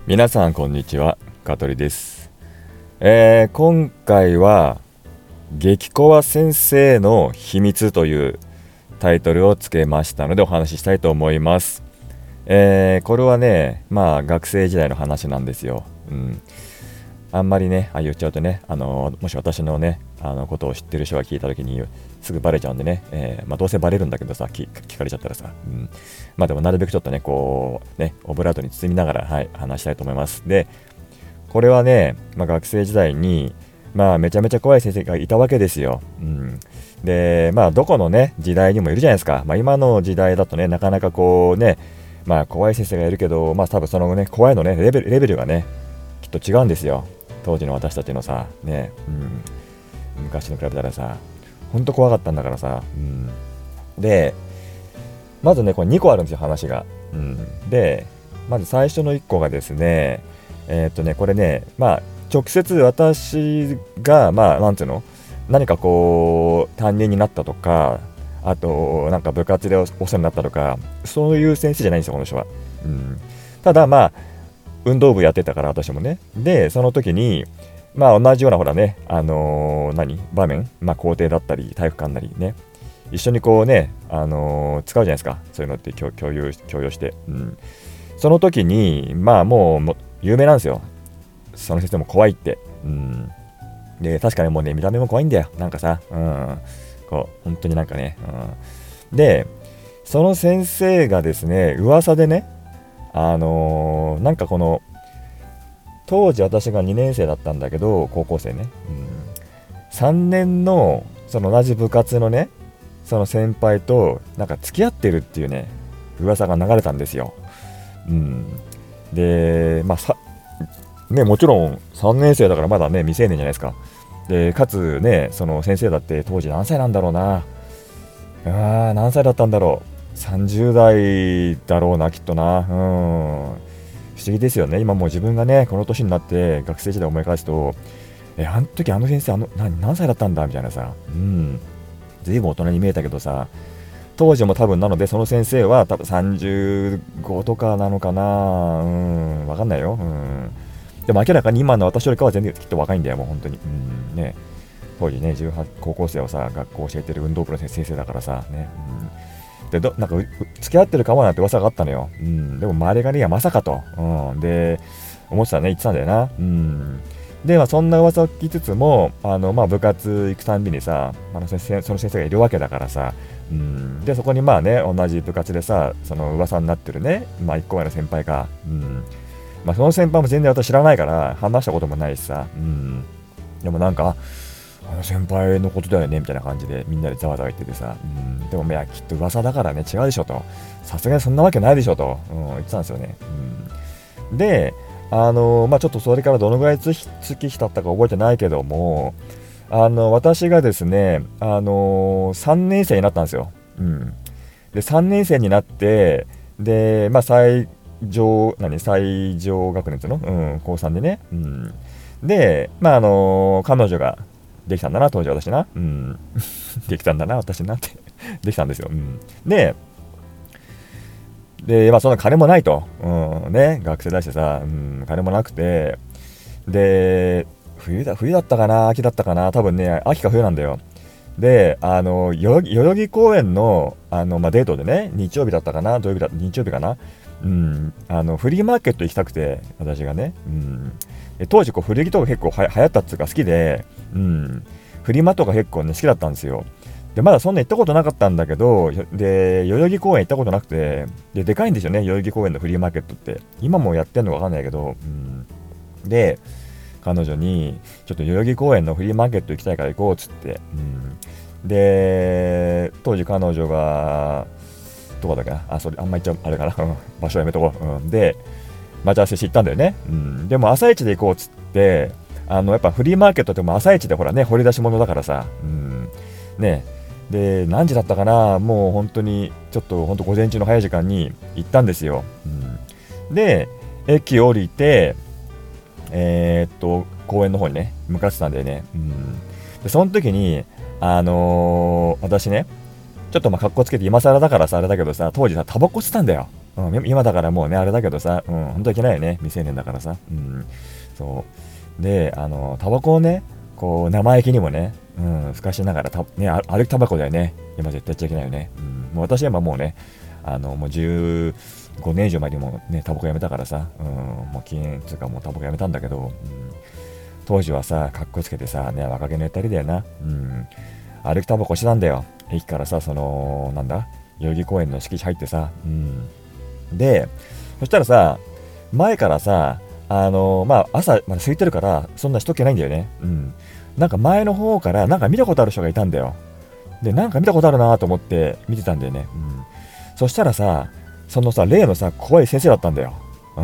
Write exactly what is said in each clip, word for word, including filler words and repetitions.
皆さんこんにちは、香取です。えー今回は激コア先生の秘密というタイトルをつけましたのでお話ししたいと思います。えーこれはね、まあ学生時代の話なんですよ。うん、あんまりね、あ言っちゃうとね、あのもし私のね、あのことを知ってる人が聞いた時にすぐバレちゃうんでね、えーまあ、どうせバレるんだけどさ、聞聞かれちゃったらさ、うん、まあでもなるべくちょっとね、こうね、オブラートに包みながら、はい、話したいと思います。で、これはね、まあ、学生時代に、まあ、めちゃめちゃ怖い先生がいたわけですよ。うん、で、まあ、どこのね、時代にもいるじゃないですか。まあ、今の時代だとね、なかなかこうね、まあ、怖い先生がいるけど、まあ、多分そのね、怖いのね、レベル、レベルがね、きっと違うんですよ。当時の私たちのさ、ね、うん、昔に比べたらさ、ほんと怖かったんだからさ。うん、で、まずね、これにこあるんですよ、話が。うん、で、まず最初のいっこがですね、えーっとね、これね、まあ、直接私が、まあ、なんていうの、何かこう、担任になったとか、あと、なんか部活でおお世話になったとか、そういう先生じゃないんですよ、この人は。うん、ただ、まあ、運動部やってたから、私もね。で、その時に、まあ、同じような、ほらね、あのー何、場面、まあ、校庭だったり、体育館なりね、一緒にこうね、あのー使うじゃないですか、そういうのって共共有共有して。うん、その時に、まあ、もう、もう有名なんですよ。その先生も怖いって。うん。で、確かにもうね、見た目も怖いんだよ。なんかさ、うん。こう、本当になんかね。うん、で、その先生がですね、噂でね、あのーなんかこの、当時私がにねん生だったんだけど、高校生ね。うん、さんねんの、その同じ部活のね、その先輩と、なんか付き合ってるっていうね、噂が流れたんですよ。うん。で、まあさ、ね、もちろんさんねん生だからまだね、未成年じゃないですか。で、かつね、その先生だって当時何歳なんだろうな。あー、何歳だったんだろう。さんじゅう代だろうな、きっとな。うん。不思議ですよね。今もう自分がね、この年になって学生時代思い返すと、え、あの時あの先生、あの、何、何歳だったんだみたいなさ。うん。ずいぶん大人に見えたけどさ、当時も多分なので、その先生は多分さんじゅうごとかなのかな。うん、わかんないよ。うん。でも明らかに今の私よりかは全然きっと若いんだよ、もう本当に。うん、ね。当時ね、じゅうはち、高校生をさ、学校教えてる運動部の先生だからさ、ね。うん、で、ど、なんか、付き合ってるかもなんて噂があったのよ。うん。でも周りがね、いや、まさかと。うん。で、思ってたね、言ってたんだよな。うん。で、まあ、そんな噂を聞きつつも、あの、まあ、部活行くたんびにさ、あの先生、その先生がいるわけだからさ、うん、で、そこにまあね、同じ部活でさ、その噂になってるね、まあ、一個上の先輩が、うん、まあ、その先輩も全然私知らないから、話したこともないしさ、うん、でもなんか、あの先輩のことだよね、みたいな感じで、みんなでざわざわ言っててさ、うん、でも、いや、きっと噂だからね、違うでしょと、さすがにそんなわけないでしょと、うん、言ってたんですよね。うん、で、あのまあ、ちょっとそれからどのぐらい月日経ったか覚えてないけども、あの私がですね、あのさんねん生になったんですよ。うん、でさんねん生になって、で、まあ、最上何最上学年っていうの、うん、高さんでね、うん、で、まああの彼女ができたんだな、当時私な、うん、できたんだな私なってできたんですよ。うん、でで、まあ、そんな金もないと、うん、ね、学生だしてさ、うん、金もなくて、で、冬だ、冬だったかな、秋だったかな、多分ね、秋か冬なんだよ。で、あの、代々木代々木公園の、あの、まあ、デートでね、日曜日だったかな、土曜日だ、日曜日かな、うん、あの、フリーマーケット行きたくて、私がね、うん、で当時、こう、古着とか結構は流行ったっていうか好きで、うん、フリマとか結構ね、好きだったんですよ。で、まだそんな行ったことなかったんだけど、で、代々木公園行ったことなくて、で、でかいんですよね、代々木公園のフリーマーケットって。今もやってんのかわかんないけど、うん、で、彼女に、ちょっと代々木公園のフリーマーケット行きたいから行こうっつって、うん、で、当時彼女が、どこだっけな、あ、それ、あんま言っちゃあれかな、場所やめとこう。うん、で、待ち合わせして行ったんだよね。うん、でも朝一で行こうっつって、あのやっぱフリーマーケットっても朝一でほらね、掘り出し物だからさ、うん、ね、で、何時だったかな、もう本当に、ちょっと本当午前中の早い時間に行ったんですよ。うん、で、駅降りて、えー、っと、公園の方にね、向かってたんだよね。うん、で、その時に、あのー私ね、ちょっとまあ、格好つけて今更だからさ、あれだけどさ、当時さ、タバコ吸ってたんだよ。 うん、今だからもうねあれだけどさ、うん、本当はいけないよね、未成年だからさ、うん、そうで、あのタバコをねこう生意気にもね、うん、ふかしながらた、ね、歩きタバコだよね、今絶対やっちゃいけないよね、うん、もう私は今もうねあのもうじゅうごねん以上前にもねタバコやめたからさ、うん、もう禁煙つうかもうタバコやめたんだけど、うん、当時はさかっこつけてさ、ね、若気の至りだよな、うん、歩きタバコしてたんだよ、駅からさ、そのなんだ代々木公園の敷地入ってさ、うん、でそしたらさ前からさあのー、まあ朝まだ空いてるからそんなしとけないんだよね、うん、なんか前の方からなんか見たことある人がいたんだよ。でなんか見たことあるなと思って見てたんだよね、うん、そしたらさそのさ例のさ怖い先生だったんだよ、うん、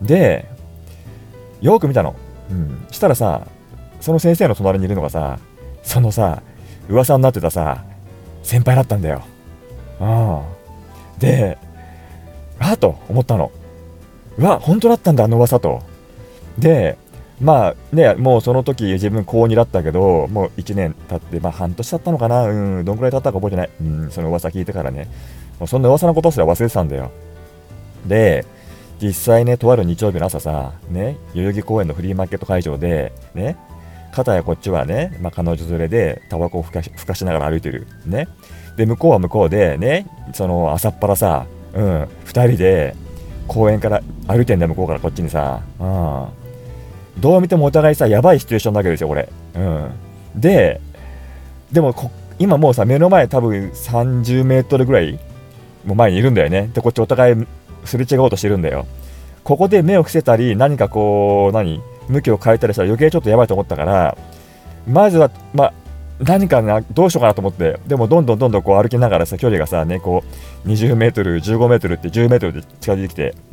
でよく見たの、うん、したらさその先生の隣にいるのがさそのさ噂になってたさ先輩だったんだよ、うん、であと思ったの、うわ本当だったんだあの噂と。でまあねもうその時自分高にだったけどもういちねん経ってまあ半年経ったのかな、うんどんくらい経ったか覚えてない、うん、その噂聞いてからねもうそんな噂のことすら忘れてたんだよ。で実際ねとある日曜日の朝さね代々木公園のフリーマーケット会場でね片やこっちはね、まあ、彼女連れでタバコをふかし、ふかしながら歩いてるね。で向こうは向こうでねその朝っぱらさ、うん、ふたりで公園から歩いてんだよ向こうからこっちにさ、うん、どう見てもお互いさやばいシチュエーションだけですよこれ、うん、ででもこ今もうさ目の前多分さんじゅうメートルぐらいもう前にいるんだよね。でこっちお互いすれ違おうとしてるんだよ。ここで目を伏せたり何かこう何向きを変えたりしたら余計ちょっとやばいと思ったからまずはまあ何かなどうしようかなと思って、でもどんどんどんどんこう歩きながらさ距離がさねこうにじゅうメートルじゅうごメートルってじゅうメートルで近づいてきて、うん、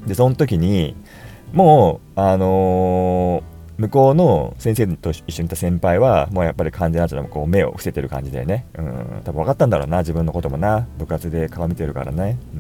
でその時にもうあのー、向こうの先生と一緒にいた先輩はもうやっぱり完全なちゃこう目を伏せてる感じでね、うん、多分分かったんだろうな自分のこともな部活で顔見てるからね、うん、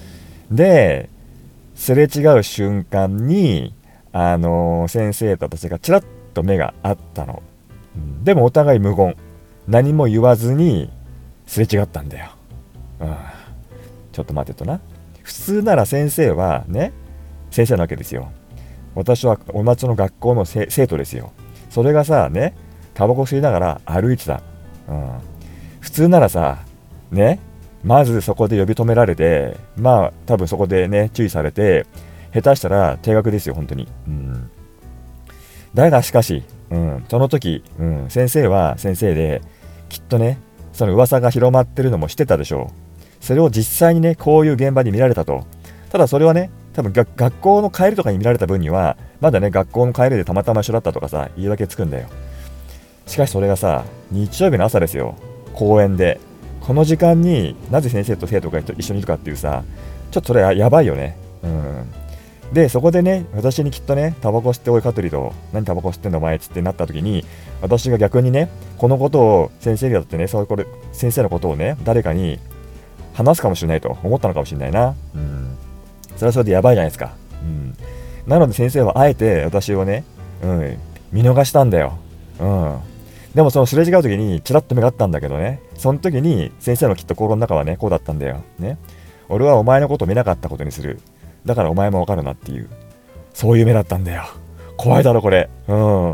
ですれ違う瞬間にあのー、先生と私がちらっと目が合ったの。でもお互い無言何も言わずにすれ違ったんだよ、うん、ちょっと待てとな普通なら先生はね先生なわけですよ。私は同じの学校の生徒ですよ。それがさねタバコ吸いながら歩いてた、うん、普通ならさねまずそこで呼び止められてまあ多分そこでね注意されて下手したら停学ですよ本当に、うん、だがしかしうん、その時、うん、先生は先生できっとねその噂が広まってるのも知ってたでしょう。それを実際にねこういう現場に見られたと。ただそれはね多分学校の帰りとかに見られた分にはまだね学校の帰りでたまたま一緒だったとかさ言い訳つくんだよ。しかしそれがさ日曜日の朝ですよ公園でこの時間になぜ先生と生徒が一緒にいるかっていうさちょっとそれはやばいよね、うん、でそこでね私にきっとねタバコ吸っておいカトリと何タバコ吸ってんのお前っつってなった時に私が逆にねこのことを先生だってねそうこれ先生のことをね誰かに話すかもしれないと思ったのかもしれないな、うん、それはそれでやばいじゃないですか、うん、なので先生はあえて私をね、うん、見逃したんだよ、うん、でもそのすれ違う時にチラッと目があったんだけどねその時に先生のきっと心の中はねこうだったんだよね。俺はお前のことを見なかったことにするだからお前もわかるなっていうそういう目だったんだよ。怖いだろこれ。うん。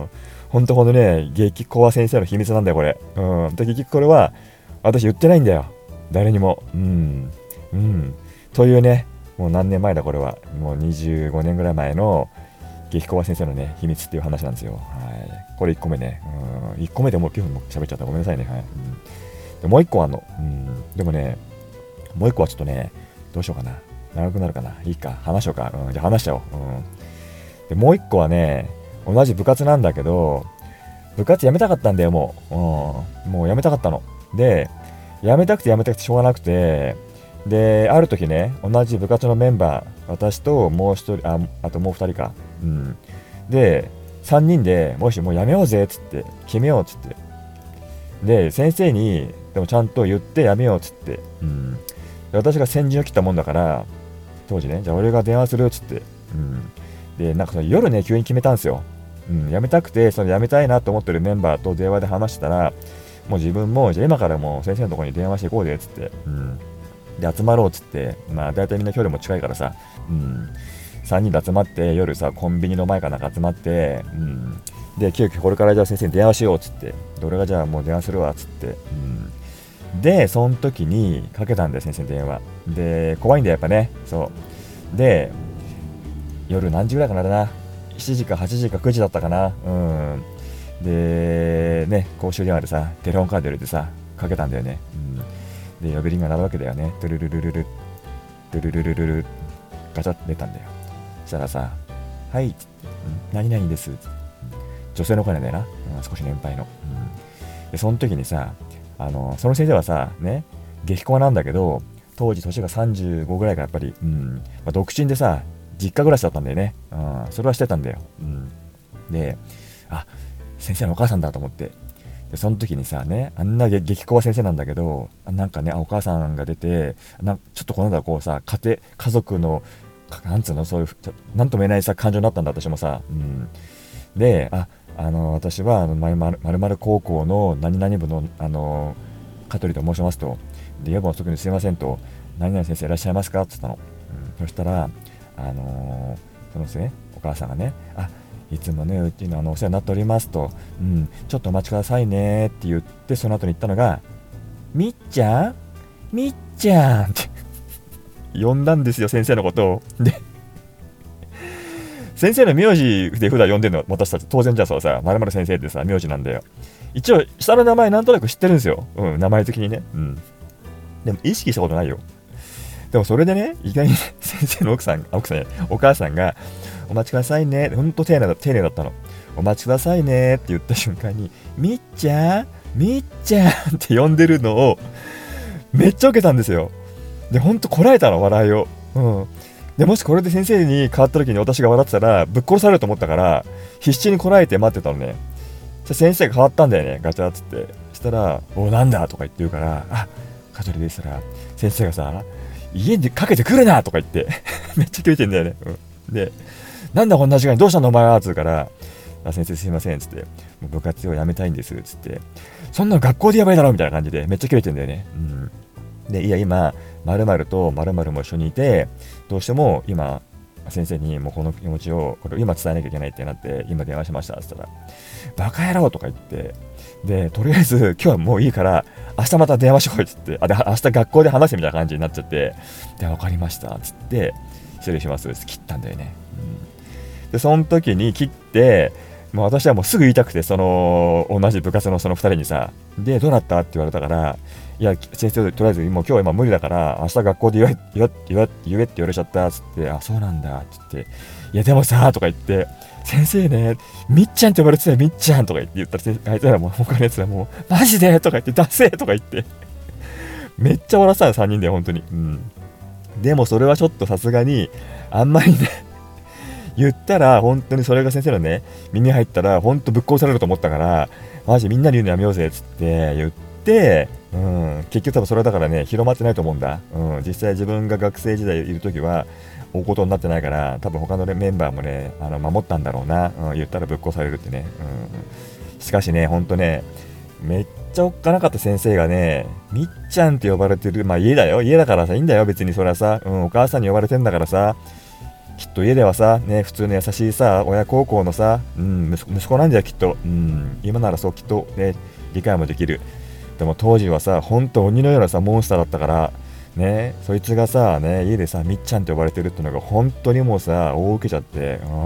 ほんとほんとね激コア先生の秘密なんだよこれ。うん。で結局これは私言ってないんだよ誰にも。うんうんというねもう何年前だこれはもうにじゅうごねんぐらい前の激コア先生のね秘密っていう話なんですよ。はい。これいっこめね。うん。いっこめでもうきゅうふんも喋っちゃったごめんなさいね。はい。うん、でもういっこあんの。うん。でもねもういっこはちょっとねどうしようかな。長くなるかないいか話しようか、うん、じゃあ話しちゃおう、うん、でもう一個はね同じ部活なんだけど部活やめたかったんだよもう、うん、もうやめたかったのでやめたくてやめたくてしょうがなくてである時ね同じ部活のメンバー私ともう一人 あ, あともう二人か、うん、でさんにんでもしもうやめようぜっつって決めようっつってで先生にでもちゃんと言ってやめようっつって、うん、で私が先陣を切ったもんだから当時ねじゃあ俺が電話するっつって、うん、でなんかその夜ね急に決めたんですよ、うん、辞めたくてその辞めたいなと思ってるメンバーと電話で話したらもう自分もじゃあ今からもう先生のところに電話していこうぜっつって、うん、 で集まろうっつって、まあ大体みんな距離も近いからさ、うん、さんにんで集まって夜さコンビニの前かなんか集まって、うん、で急遽これからじゃあ先生に電話しようっつって、で俺がじゃあもう電話するわっつって、うん、でその時にかけたんだよ先生に電話で。怖いんだよやっぱね。そうで夜何時ぐらいかなな、しちじかはちじかくじだったかな、うん、でね公衆電話でさテレホンカード入れてさかけたんだよね、うん、で呼び鈴が鳴るわけだよね。トゥルルルルルトゥルルルルルガチャって出たんだよ。そしたらさ、はいっつって、何々ですっつって、女性の声なんだよな、うん、少し年配の、うん、でその時にさ、あのその先生はさね激コアなんだけど、当時年がさんじゅうごぐらいからやっぱり、うんまあ、独身でさ実家暮らしだったんだよね、うん、それはしてたんだよ、うん、で、あ、先生のお母さんだと思って、でその時にさね、あんな激コア先生なんだけど、なんかねお母さんが出て、なんちょっとこの間こうさ家庭家族のなんつうのそういうなんとも言えないさ感情になったんだ私もさ、うん、で、あ、あの私はあのまるまる高校の何々部のあの香取と申しますと、で夜分遅くにすいませんと、何々先生いらっしゃいますかって言ったの、うん、そしたらあのー、そのですねお母さんがね、あ、いつもねうちのあのお世話になっておりますと、うん、ちょっとお待ちくださいねって言って、その後に言ったのが、みっちゃんみっちゃんって呼んだんですよ先生のことを。で先生の名字で普段呼んでるの私たち当然じゃそうさ、まるまる先生ってさ名字なんだよ。一応下の名前なんとなく知ってるんですよ、うん、名前的にね、うん、でも意識したことないよ。でもそれでね、意外に先生の奥さん、奥さんね、お母さんが、お待ちくださいね、ほんと丁寧だ、丁寧だったの。お待ちくださいねって言った瞬間に、みっちゃん、みっちゃんって呼んでるのを、めっちゃ受けたんですよ。で、ほんとこらえたの、笑いを。うん。で、もしこれで先生に変わった時に私が笑ってたら、ぶっ殺されると思ったから、必死にこらえて待ってたのね。先生が変わったんだよね、ガチャっつって。したら、お、なんだとか言って言うから、あ、香取でしたら、先生がさ、家にかけてくるなとか言ってめっちゃキレてんだよね、うん、で、なんだこんな時間にどうしたのお前はっつうから、あ、先生すいませんっつって、もう部活をやめたいんですっつって、そんなの学校でやばいだろみたいな感じでめっちゃキレてんだよね、うん、で、いや今〇〇と〇〇も一緒にいて、どうしても今先生にもうこの気持ちをこれ今伝えなきゃいけないってなって今電話しましたっつったら、バカ野郎とか言って、でとりあえず今日はもういいから明日また電話しようっつって、あ、で明日学校で話せみたいな感じになっちゃって、で分かりましたっつって失礼しますって切ったんだよね、うん、でその時に切って、もう私はもうすぐ言いたくて、その同じ部活のそのふたりにさ、でどうなったって言われたから、いや先生とりあえずもう今日は今無理だから明日学校で言え言え言え言えって言われちゃったっつって、あ、そうなんだって言って、いやでもさとか言って、先生ね、みっちゃんって呼ばれてたよ、みっちゃんとか言って言ったら、あいつらもう他のやつらもうマジでとか言ってダセーとか言ってめっちゃ笑ってたよさんにんで本当に、うん、でもそれはちょっとさすがにあんまりね言ったら本当にそれが先生のね耳入ったら本当ぶっ殺されると思ったから、マジみんなに言うのやめようぜっつって言って、うん、結局多分それはだからね広まってないと思うんだ、うん、実際自分が学生時代いる時は大事になってないから、多分他のメンバーもねあの守ったんだろうな、うん、言ったらぶっ殺されるってね、うん、しかしねほんとねめっちゃおっかなかった先生がね、みっちゃんって呼ばれてる、まあ家だよ、家だからさいいんだよ別にそれはさ、うん、お母さんに呼ばれてんだからさ、きっと家ではさ、ね、普通の優しいさ親孝行のさ、うん、息子、息子なんだよきっと、うん、今ならそうきっとね理解もできる。でも当時はさほんと鬼のようなさモンスターだったからね、そいつがさ、ね、家でさみっちゃんって呼ばれてるってのが本当にもうさ大受けちゃって、うん、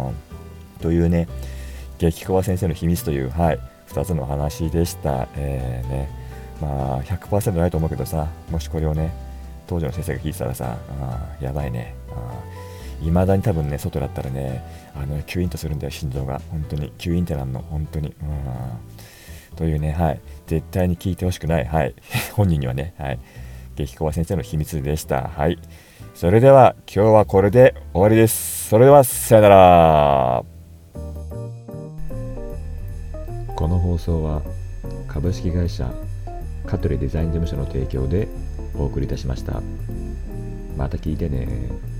というね激コア先生の秘密という、はい、ふたつの話でした、えーね、まあ ひゃくパーセント ないと思うけどさ、もしこれをね当時の先生が聞いてたらさ、あやばいね、いまだに多分ね外だったらねあのキュインとするんだよ心臓が、本当にキュインってなんの本当に、うん、というね、はい、絶対に聞いてほしくない、はい、本人にはね、はい、激コア先生の秘密でした。はい。それでは今日はこれで終わりです。それではさよなら。 この放送は株式会社香取デザイン事務所の提供でお送りいたしました。また聞いてね。